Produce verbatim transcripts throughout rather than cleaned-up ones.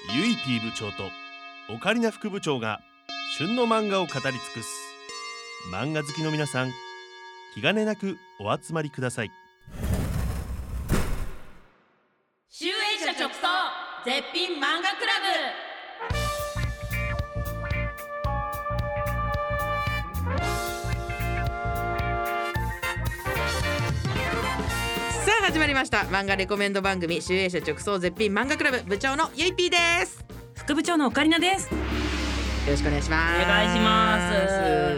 ゆい P 部長とオカリナ副部長が旬の漫画を語り尽くす。漫画好きの皆さん、気兼ねなくお集まりください。 集英社直送絶品漫画クラブ。 さあ始まりました漫画レコメンド番組集英社直送絶品漫画クラブ、部長のゆい P です。 副部長のオカリナです。よろしくお願いします。 お願いします。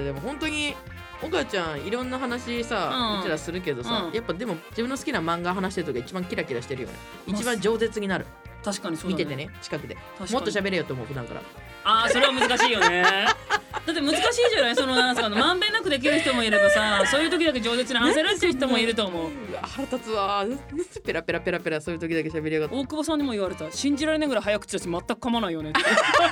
でも本当にお母ちゃんいろんな話さ、うん、うちらするけどさ、うん、やっぱでも自分の好きな漫画話してる時が一番キラキラしてるよね。一番饒舌になる。 確かにそうだね。 見ててね、近くでもっと喋れよと思う普段から。 あーそれは難しいよねだって難しいじゃない。そのなんかまんべんなくできる人もいればさ、そういう時だけ饒舌に話せるっていう人もいると思う。 うわ腹立つわ。ペラペラペラペラそういう時だけ喋りやがって。 大久保さんにも言われた。信じられないぐらい早口だし全く噛まないよねって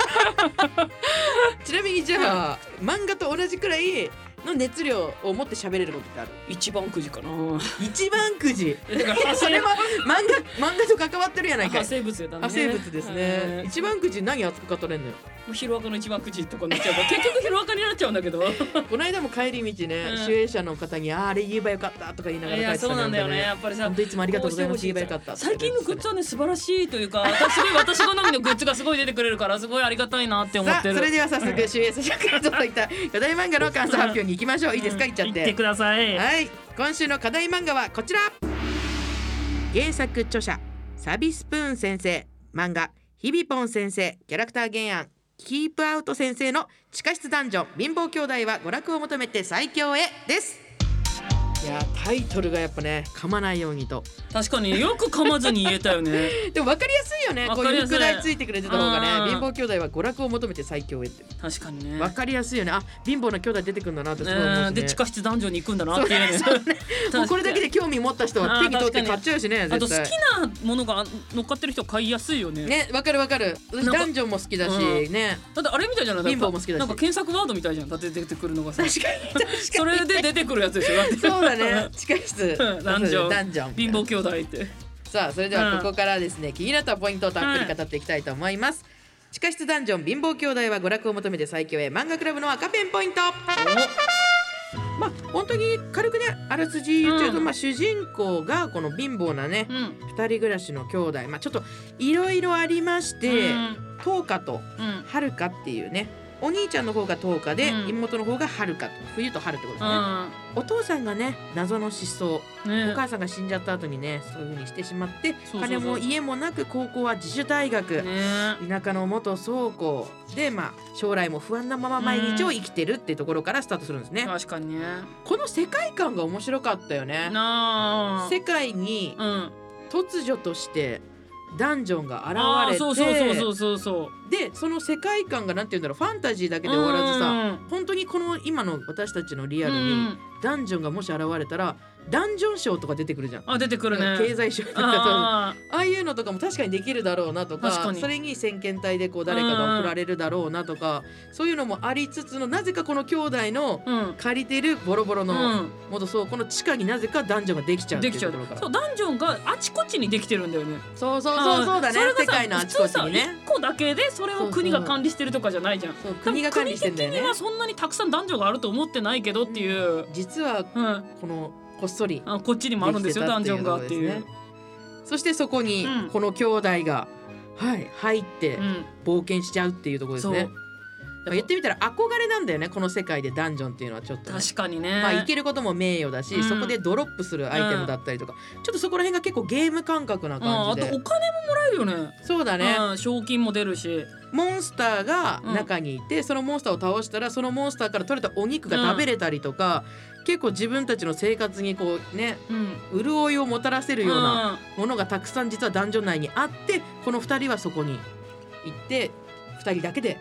ちなみにじゃあ漫画と同じくらいの熱量を持って喋れることってある？ 一番くじかな。 一番くじだからそれは漫画、漫画と関わってるやないかい。 派生物やだね。 派生物ですね。一番くじ何熱く語れんのよ。 ヒロアカの一番くじとかになっちゃうから結局ヒロアカになっちゃうんだけどこの間も帰り道ね、うん、集英社の方にあれ言えばよかったとか言いながら帰ってたんだよね。いやそうなんだよね。やっぱりさ本当いつもありがとうございます言えばよかった。 最近のグッズはね素晴らしいというかすごい私好みのグッズがすごい出てくれるからすごいありがたいなって思ってる。 さあそれでは早速集英社から届いた課題漫画の感想発表に行きましょう。いいですか、言っちゃって。 言ってください。 はい、今週の課題漫画はこちら。原作著者サビスプーン先生、漫画ヒビポン先生、キャラクター原案キープアウト先生の地下室ダンジョン貧乏兄弟は娯楽を求めて最強へです。いやタイトルがやっぱね噛まないようにと。 確かによく噛まずに言えたよねでも分かりやすいよね。こういう副題ついてくれてた方がね、貧乏兄弟は娯楽を求めて最強へって。 確かにね分かりやすいよね。あ貧乏な兄弟出てくるんだなってすごい思うしね。 で地下室ダンジョンに行くんだなっていうね。 そうねもうこれだけで興味持った人は手に取って買っちゃうしね。 あと好きなものが乗っかってる人買いやすいよね。 ね分かる分かる。ダンジョンも好きだしね。 だってあれみたいじゃない。 貧乏も好きだしなんか検索ワードみたいじゃん。だって出てくるのがさ。 確かに確かにそれで出てくるやつでしょ。 そうだね地下室ダンジョンダンジョン貧乏兄弟って。 さあそれではここからですね、うん、気になったポイントをたっぷり語っていきたいと思います、うん、地下室ダンジョン貧乏兄弟は娯楽を求めて最強へ漫画クラブの赤ペンポイント。まあ本当に軽くねあらすじ言っちゃうと、うんまあ、主人公がこの貧乏なね、うん、ふたり暮らしの兄弟、まあ、ちょっといろいろありまして、うん、トウカとはるかっていうね、お兄ちゃんの方がトウカで、うん、妹の方がはるかと冬と春ってことですね、うん、お父さんがね謎の失踪、ね、お母さんが死んじゃった後にねそういう風にしてしまってそうそうそう金も家もなく高校は自主大学、ね、田舎の元倉庫で、まあ、将来も不安なまま毎日を生きてるっていうところからスタートするんですね。 確かにねこの世界観が面白かったよね。世界に突如としてダンジョンが現れて、そうそうそうそうそうでその世界観がなんていうんだろうファンタジーだけで終わらずさ、本当にこの今の私たちのリアルにダンジョンがもし現れたらダンジョンショーとか出てくるじゃん。 あ出てくるね。 経済ショーとかああいうのとかも確かにできるだろうなとか、かそれに先見隊でこう誰かが送られるだろうなとか、そういうのもありつつのなぜかこの兄弟の借りてるボロボロの元倉庫の地下になぜかダンジョンができちゃうっていうところから。 そうダンジョンがあちこちにできてるんだよね。 そうそうそうそうだね。世界のあちこちにね。 いっこだけでそれを国が管理してるとかじゃないじゃん。 そう国が管理してんだよね。 国的にはそんなにたくさんダンジョンがあると思ってないけどっていう。 うん、実はこのこっそりあこっちにもあるんですよダンジョンがっていう。 そしてそこにこの兄弟が、うんはい、入って冒険しちゃうっていうところですね。うん、言ってみたら憧れなんだよねこの世界でダンジョンっていうのはちょっと、ね、 確かにね。 まあ生きることも名誉だし、うん、そこでドロップするアイテムだったりとか、うん、ちょっとそこら辺が結構ゲーム感覚な感じで、 あ, あとお金ももらえるよね。 そうだね、 うん、賞金も出るしモンスターが中にいて、うん、そのモンスターを倒したらそのモンスターから取れたお肉が食べれたりとか、うん、結構自分たちの生活にこうね、うん、潤いをもたらせるようなものがたくさん実はダンジョン内にあって、このふたりはそこに行ってふたりだけで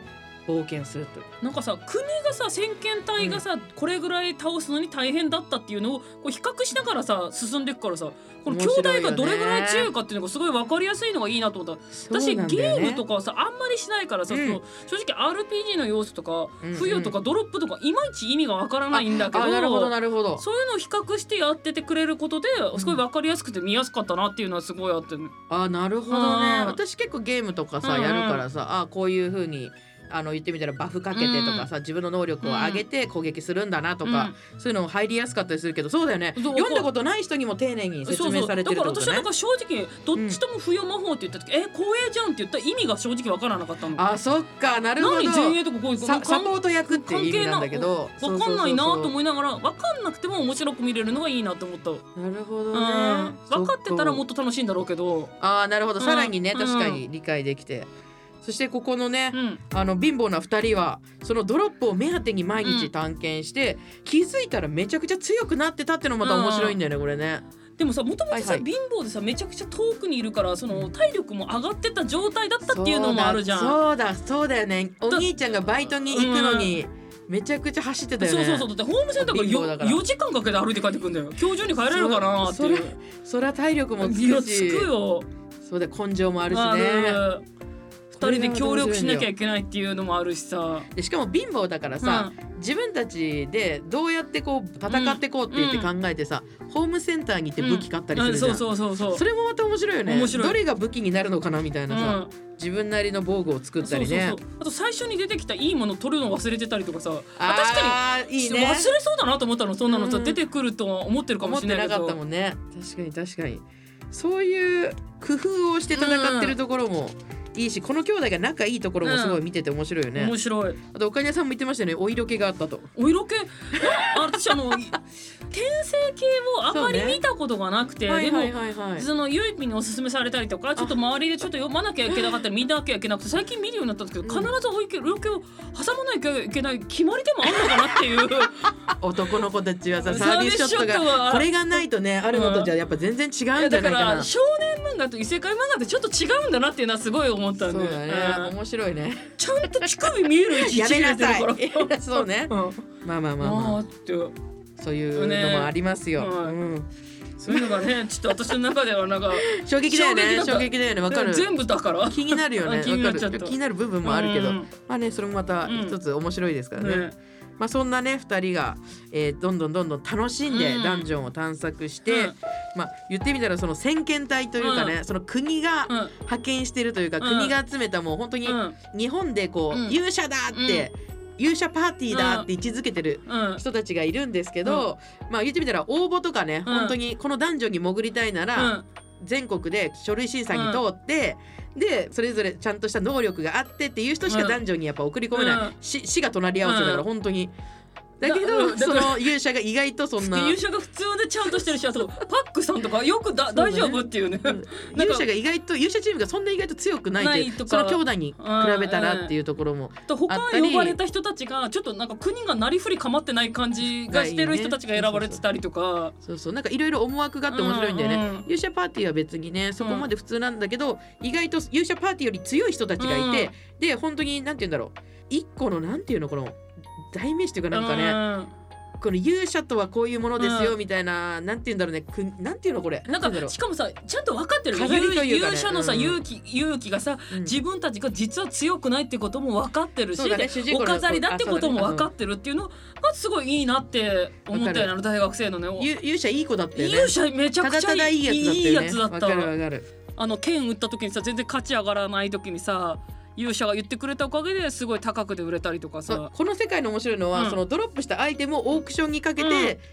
冒険するという。 なんかさ国がさ先遣隊がさ、うん、これぐらい倒すのに大変だったっていうのをこう比較しながらさ進んでいくからさ、この兄弟がどれぐらい強いかっていうのがすごい分かりやすいのがいいなと思った。私、ね、ゲームとかはさあんまりしないからさ、うん、その正直 アールピージー の要素とか、うんうん、付与とかドロップとかいまいち意味が分からないんだけど、 なるほどなるほど、 そういうのを比較してやっててくれることですごい分かりやすくて見やすかったなっていうのはすごいあってね。 あ、なるほどね。私結構ゲームとかさやるからさ、あこういう風にあの言ってみたらバフかけてとかさ、うん、自分の能力を上げて攻撃するんだなとか、うん、そういうの入りやすかったりするけど、そうだよね、読んだことない人にも丁寧に説明されてるってことね。 そうそう、だから私はなんか正直どっちとも付与魔法って言った時、うん、え光栄じゃんって言った意味が正直わからなかったの。 あ、そっか、なるほど。 何前衛とかこういうサポート役っていう意味なんだけど、 わかんないなと思いながら、わかんなくても面白く見れるのがいいなと思った。 なるほどね。 分かってたらもっと楽しいんだろうけど、 あ、なるほど、さらにね、うん、確かに理解できて、そしてここのね、うん、あの貧乏なふたりはそのドロップを目当てに毎日探検して、うん、気づいたらめちゃくちゃ強くなってたってのもまた面白いんだよね、うん、これね。 でもさ、もともとさ、はいはい、貧乏でさめちゃくちゃ遠くにいるからその体力も上がってた状態だったっていうのもあるじゃん。 そうだそうだよね。お兄ちゃんがバイトに行くのに、うん、めちゃくちゃ走ってたよね。 そうそうそう、だってホームセンターからよじかんかけて歩いて帰ってくるんだよ。今日中に帰れるかなっていう。 そ, それは体力もつくし、 つくよ。 そうだ、根性もあるしね。 ふたりで協力しなきゃいけないっていうのもあるしさ、 でしかも貧乏だからさ、うん、自分たちでどうやってこう戦っていこうって言って考えてさ、うん、ホームセンターに行って武器買ったりするじゃん、うん、そうそうそうそう、それもまた面白いよね。面白い。どれが武器になるのかなみたいなさ、うん、自分なりの防具を作ったりね。そうそうそう、あと最初に出てきたいいもの取るの忘れてたりとかさ、あ、確かにいい、ね、忘れそうだなと思ったの。そんなのさ、うん、出てくるとは思ってるかもしれないけど、 思ってなかったもんね。確かに確かにそういう工夫をして戦ってるところも、うんいいし、この兄弟が仲いいところもすごい見てて面白いよね、 うん、面白い。 あと岡根さんも言ってましたよね、お色気があったと。 お色気あ、私あの転生系をあまり見たことがなくて、ね、でも、はいはいはいはい、そのゆいぴんにおすすめされたりとか、ちょっと周りでちょっと読まなきゃいけなかったり見なきゃいけなくて、最近見るようになったんですけど、必ずお色気を挟まなきゃいけない決まりでもあるのかなっていう男の子たちはさ、サービスショットがこれがないとね、あるのとじゃやっぱ全然違うんじゃないかな。だから少年漫画と異世界漫画ってちょっと違うんだなっていうのはすごい思ったんで。 そうだね、面白いね。 ちゃんと乳首見える位置やめなさいそうね、うん、まあまあまあまあ、まあ、そういうのもありますよ、ね、うん、 そういうのがねちょっと私の中ではなんか衝撃だよね。衝撃だよね。わかる。 全部だから気になるよね。気になっちゃった。気になる部分もあるけど、まあね、それもまた一つ面白いですからね、うんね。まあそんなねふたりが、えー、どんどんどんどん楽しんでダンジョンを探索して、うん、まあ言ってみたらその先遣隊というかね、うん、その国が派遣してるというか、うん、国が集めたもう本当に日本でこう、うん、勇者だって、うん、勇者パーティーだって位置づけてる人たちがいるんですけど、うん、まあ言ってみたら応募とかね、うん、本当にこのダンジョンに潜りたいなら、うん、全国で書類審査に通って、うん、でそれぞれちゃんとした能力があってっていう人しかダンジョンにやっぱ送り込めない、うん、死, 死が隣り合わせだから本当に。だけどその勇者が意外とそんな勇者が普通でちゃんとしてるし、あとパックさんとかよくだ、ね、大丈夫っていうね、うん、 勇者が意外と勇者チームがそんな意外と強くないっていうその兄弟に比べたらっていうところもあったり、 他呼ばれた人たちがちょっとなんか国がなりふり構ってない感じがしてる人たちが選ばれてたりとか、 そうそう、なんかいろいろ思惑があって面白いんだよね、うんうん、勇者パーティーは別にねそこまで普通なんだけど、うん、意外と勇者パーティーより強い人たちがいて、うん、で本当になんて言うんだろう、一個のなんていうのこの代名詞というかなんかね、うんこの勇者とはこういうものですよみたいな、うん、なんて言うんだろうね、くなんていうのこれなんかしかもさちゃんと分かってる、ね、勇者のさ、うん、勇気勇気がさ、うん、自分たちが実は強くないってことも分かってるし、ね、お飾りだってことも分かってるっていうのがすごいいいなって思ったよね、大学生のね。 勇者いい子だったよね。 勇者めちゃくちゃいい、ただただいいやつだった。 分かる分かる。 あの剣打った時にさ全然勝ち上がらない時にさ勇者が言ってくれたおかげですごい高くで売れたりとかさ、 この世界の面白いのは、うん、そのドロップしたアイテムをオークションにかけて、うん、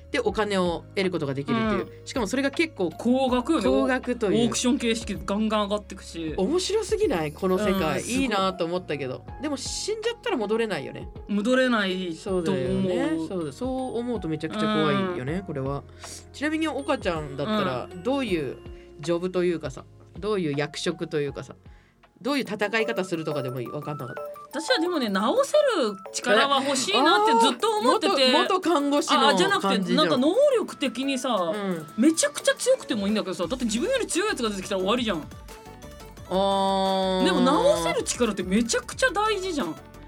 でお金を得ることができるっていう、うん、しかもそれが結構高額よね。 高額というオークション形式ガンガン上がってくし面白すぎないこの世界、うん、いいなと思ったけど、でも死んじゃったら戻れないよね。 戻れないと思う。そうだよね。 そうだ、そう思うとめちゃくちゃ怖いよね、うん、これは。ちなみに岡ちゃんだったらどういうジョブというかさ、どういう役職というかさ、どういう戦い方するとかでもいい、分かんなかった。 私はでもね、直せる力は欲しいなってずっと思ってて、 元, 元看護師の感じじゃん。 あ、じゃなくてなんか能力的にさ、うん、めちゃくちゃ強くてもいいんだけどさ、だって自分より強いやつが出てきたら終わりじゃん。 あでも直せる力ってめちゃくちゃ大事じゃん。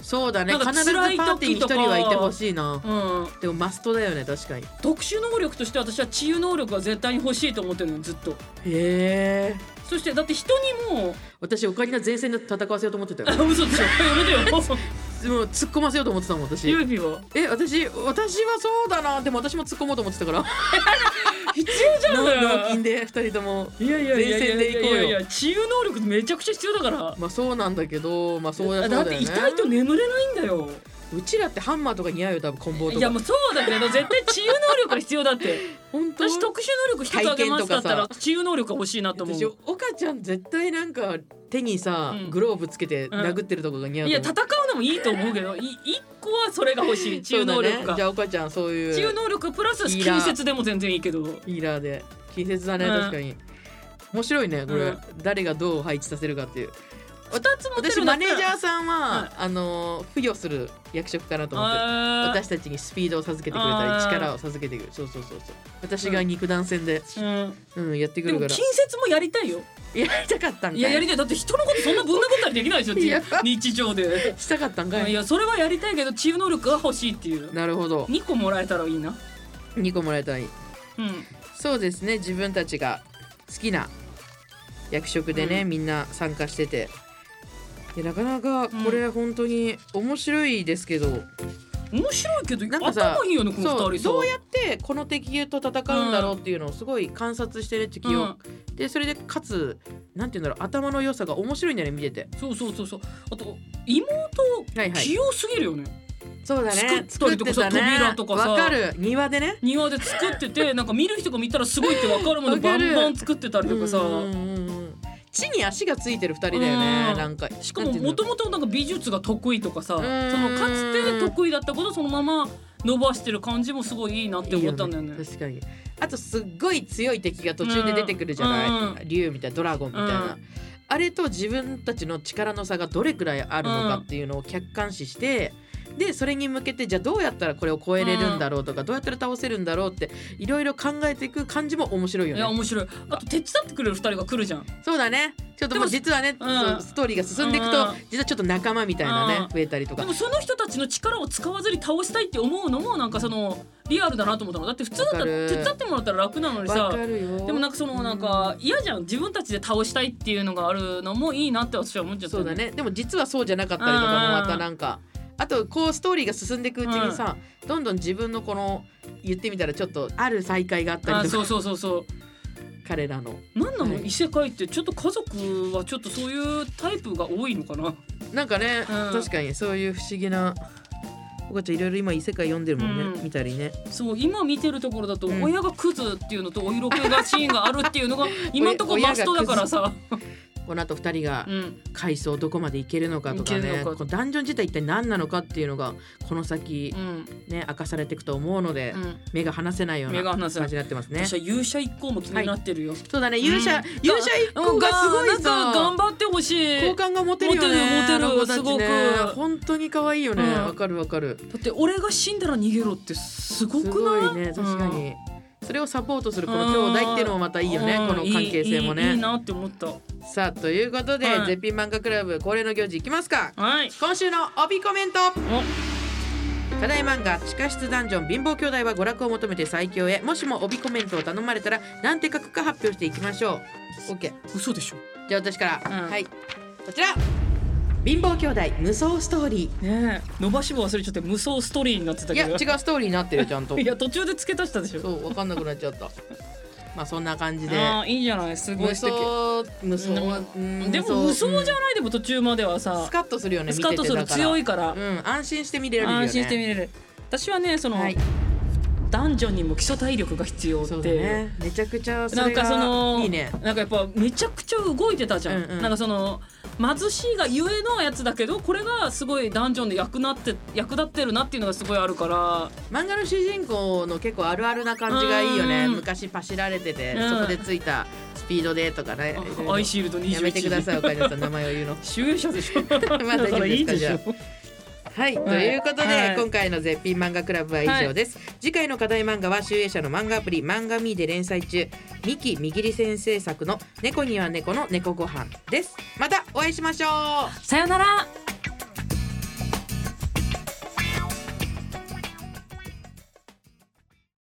そうだね、 なんか必ずパ辛い時とかーティーに一人はいてほしいな。 うん、 でもマストだよね、確かに。 特殊能力として私は治癒能力が絶対に欲しいと思ってるのよずっと。 へえ。 そしてだって人にも私オカリナ前線で戦わせようと思ってたよ。 あ嘘でしょやめてよもう突っ込ませようと思ってたもん私。 ゆうぴはえ、私私はそうだな。でも私も突っ込もうと思ってたから必要じゃん脳筋でふたりとも。 いやいやいやいやいやいやい前線で行こうよや治癒能力めちゃくちゃ必要だから。 まあそうなんだけど、まあそうだそうだよね。 だって痛いと眠れないんだよ。 うちらってハンマーとか似合うよ、多分コンボとか。 いやもうそうだけど絶対治癒能力が必要だって本当。 私特殊能力一つあげますだったら体験とか治癒能力が欲しいなと思う。 私岡ちゃん絶対なんか手にさ、 うんグローブつけて殴ってるとこが似合ういやと思う。 戦うのもいいと思うけどい一個はそれが欲しい治癒能力が、 そうだね、じゃあ岡ちゃんそういう治癒能力プラスヒーラー近接でも全然いいけど。 ヒーラーで近接だね、 うん確かに面白いねこれ、 うん誰がどう配置させるかっていう。 ふたつ持って私るんだったらマネージャーさんは、 はいあの付与する役職かなと思ってる。 あー私たちにスピードを授けてくれたりあー力を授けてくる。そうそうそうそう。私が肉弾戦で、 うんうんやってくでもるから。 近接もやりたいよ。 やりたかったんかい。 いややりたい。だって人のことそんなぶん殴ったりできないでしょいや日常で。 したかったんかい。 いやそれはやりたいけど治癒能力が欲しいっていうなるほど。 にこもらえたらいいな。 にこもらえたらいい。 うんそうですね、自分たちが好きな役職でね、 うんみんな参加してて、でなかなかこれ本当に面白いですけど、 面白いけどなんかさ頭いいよねこのそう二人さ。 どうやってこの敵と戦うんだろうっていうのをすごい観察してる敵を、でそれでかつなんていうんだろう、頭の良さが面白いんだよね見てて。 そうそうそうそう。あと妹はいはい、 器用すぎるよね。 そうだね、 作ったりとかさ作ってたね扉とかさわかる、庭でね。 庭で作っててなんか見る人が見たらすごいって分かるものバわかるンバン作ってたりとかさ。 うんうんうんうん地に足がついてるふたりだよね、 うんなんか。 しかももともとなんか美術が得意とかさ、そんのかつて得意だったことそのまま伸ばしてる感じもすごいいいなって思ったんだよね。 いいよ確かに。あとすっごい強い敵が途中で出てくるじゃない、 うん竜みたいなドラゴンみたいな、 うんあれと自分たちの力の差がどれくらいあるのかっていうのを客観視して、でそれに向けてじゃあどうやったらこれを超えれるんだろうとか、どうやったら倒せるんだろうっていろいろ考えていく感じも面白いよいやね。 面白い。あと手伝ってくれるふたりが来るじゃん。 そうだね、ちょっともうでも実はね、 うんそうストーリーが進んでいくと、 うん実はちょっと仲間みたいなね、 うん増えたりとか。 でもその人たちの力を使わずに倒したいって思うのもなんかそのリアルだなと思ったの。だって普通だったらわかる手伝ってもらったら楽なのにわさ。 かるよ。 でもなんかそのなんか嫌じゃん。自分たちで倒したいっていうのがあるのもいいなって私は思っちゃった。 そうだ。ね。でも実はそうじゃなかったりとかもまたなんか、あとこうストーリーが進んでいくうちにさ、どんどん自分のこの言ってみたらちょっとある再会があったりとか、 あそうそうそうそう。 彼らのなんなの、 はい異世界ってちょっと家族はちょっとそういうタイプが多いのかな。 なんかね、 うん確かにそういう不思議な。おかちゃんいろいろ今異世界読んでるもんね、 うん見たりね。 そう今見てるところだとうん親がクズっていうのとお色気がシーンがあるっていうのが今んとこマストだからさ。 この後ふたりがうん階層どこまで行けるのかとかね、 行けるのかこのダンジョン自体一体何なのかっていうのがこの先うんね明かされていくと思うので、 うん。 目が離せないような目が離せない感じになってますね。 私は勇者一行も気になってるよ。 そうだね、勇者、 うん勇者一行がすごいなんかさ頑張ってほしい。 好感が持てるよね。 持てる持てるあの子たちねすごく本当に可愛いよね。 うんわ、かるわかる。 だって俺が死んだら逃げろってすごすくない？ ごいね、確かに。それをサポートするこの兄弟っていうのもまたいいよね、 うんこの関係性もね。 いいいいいいなって思った。 さあということで、 はい絶品漫画クラブ恒例の行事いきますか。 はい。 今週の帯コメント。 お課題漫画地下室ダンジョン貧乏兄弟は娯楽を求めて最強へ。もしも帯コメントを頼まれたら何て書くか発表していきましょう。 OK、 嘘でしょ。 じゃあ私から、 うんはいこちら貧乏兄弟無双ストーリねえ伸ばし棒忘れちゃって無双ストーリーになってたー。いけど。 や違うストーリーになってるちゃんと。 いや途中で付け足したでしょ。 そう分かんなくなっちゃったまあそんな感じでああいいじゃないすご無い素敵。 双無双うんでも無双じゃうんないでも途中まではさスカッとするよね。 スカッとする見ててだから強いからうん安心して見れるよね。 安心して見れる。私はねその、 はいダンジョンにも基礎体力が必要ってそうだね。めちゃくちゃそれがなんかそのいいね。 なんかやっぱめちゃくちゃ動いてたじゃん、 うんうんなんかその貧しいがゆえのやつだけどこれがすごいダンジョンで役立って役立ってるなっていうのがすごいあるから漫画の主人公の結構あるあるな感じがいいよね。 うん昔パシられてて、 うんそこでついたスピードでとかね。 あアイシールドにじゅういちやめてください岡田さん名前を言うの。 集英社でしょまあ大丈夫ですかだからいいでしょはい、ということで、 はい今回の絶品漫画クラブは以上です、次回の課題漫画は集英社の漫画アプリ漫画ミーで連載中三木みぎり先生作の猫には猫の猫ご飯です。またお会いしましょう。 さよなら。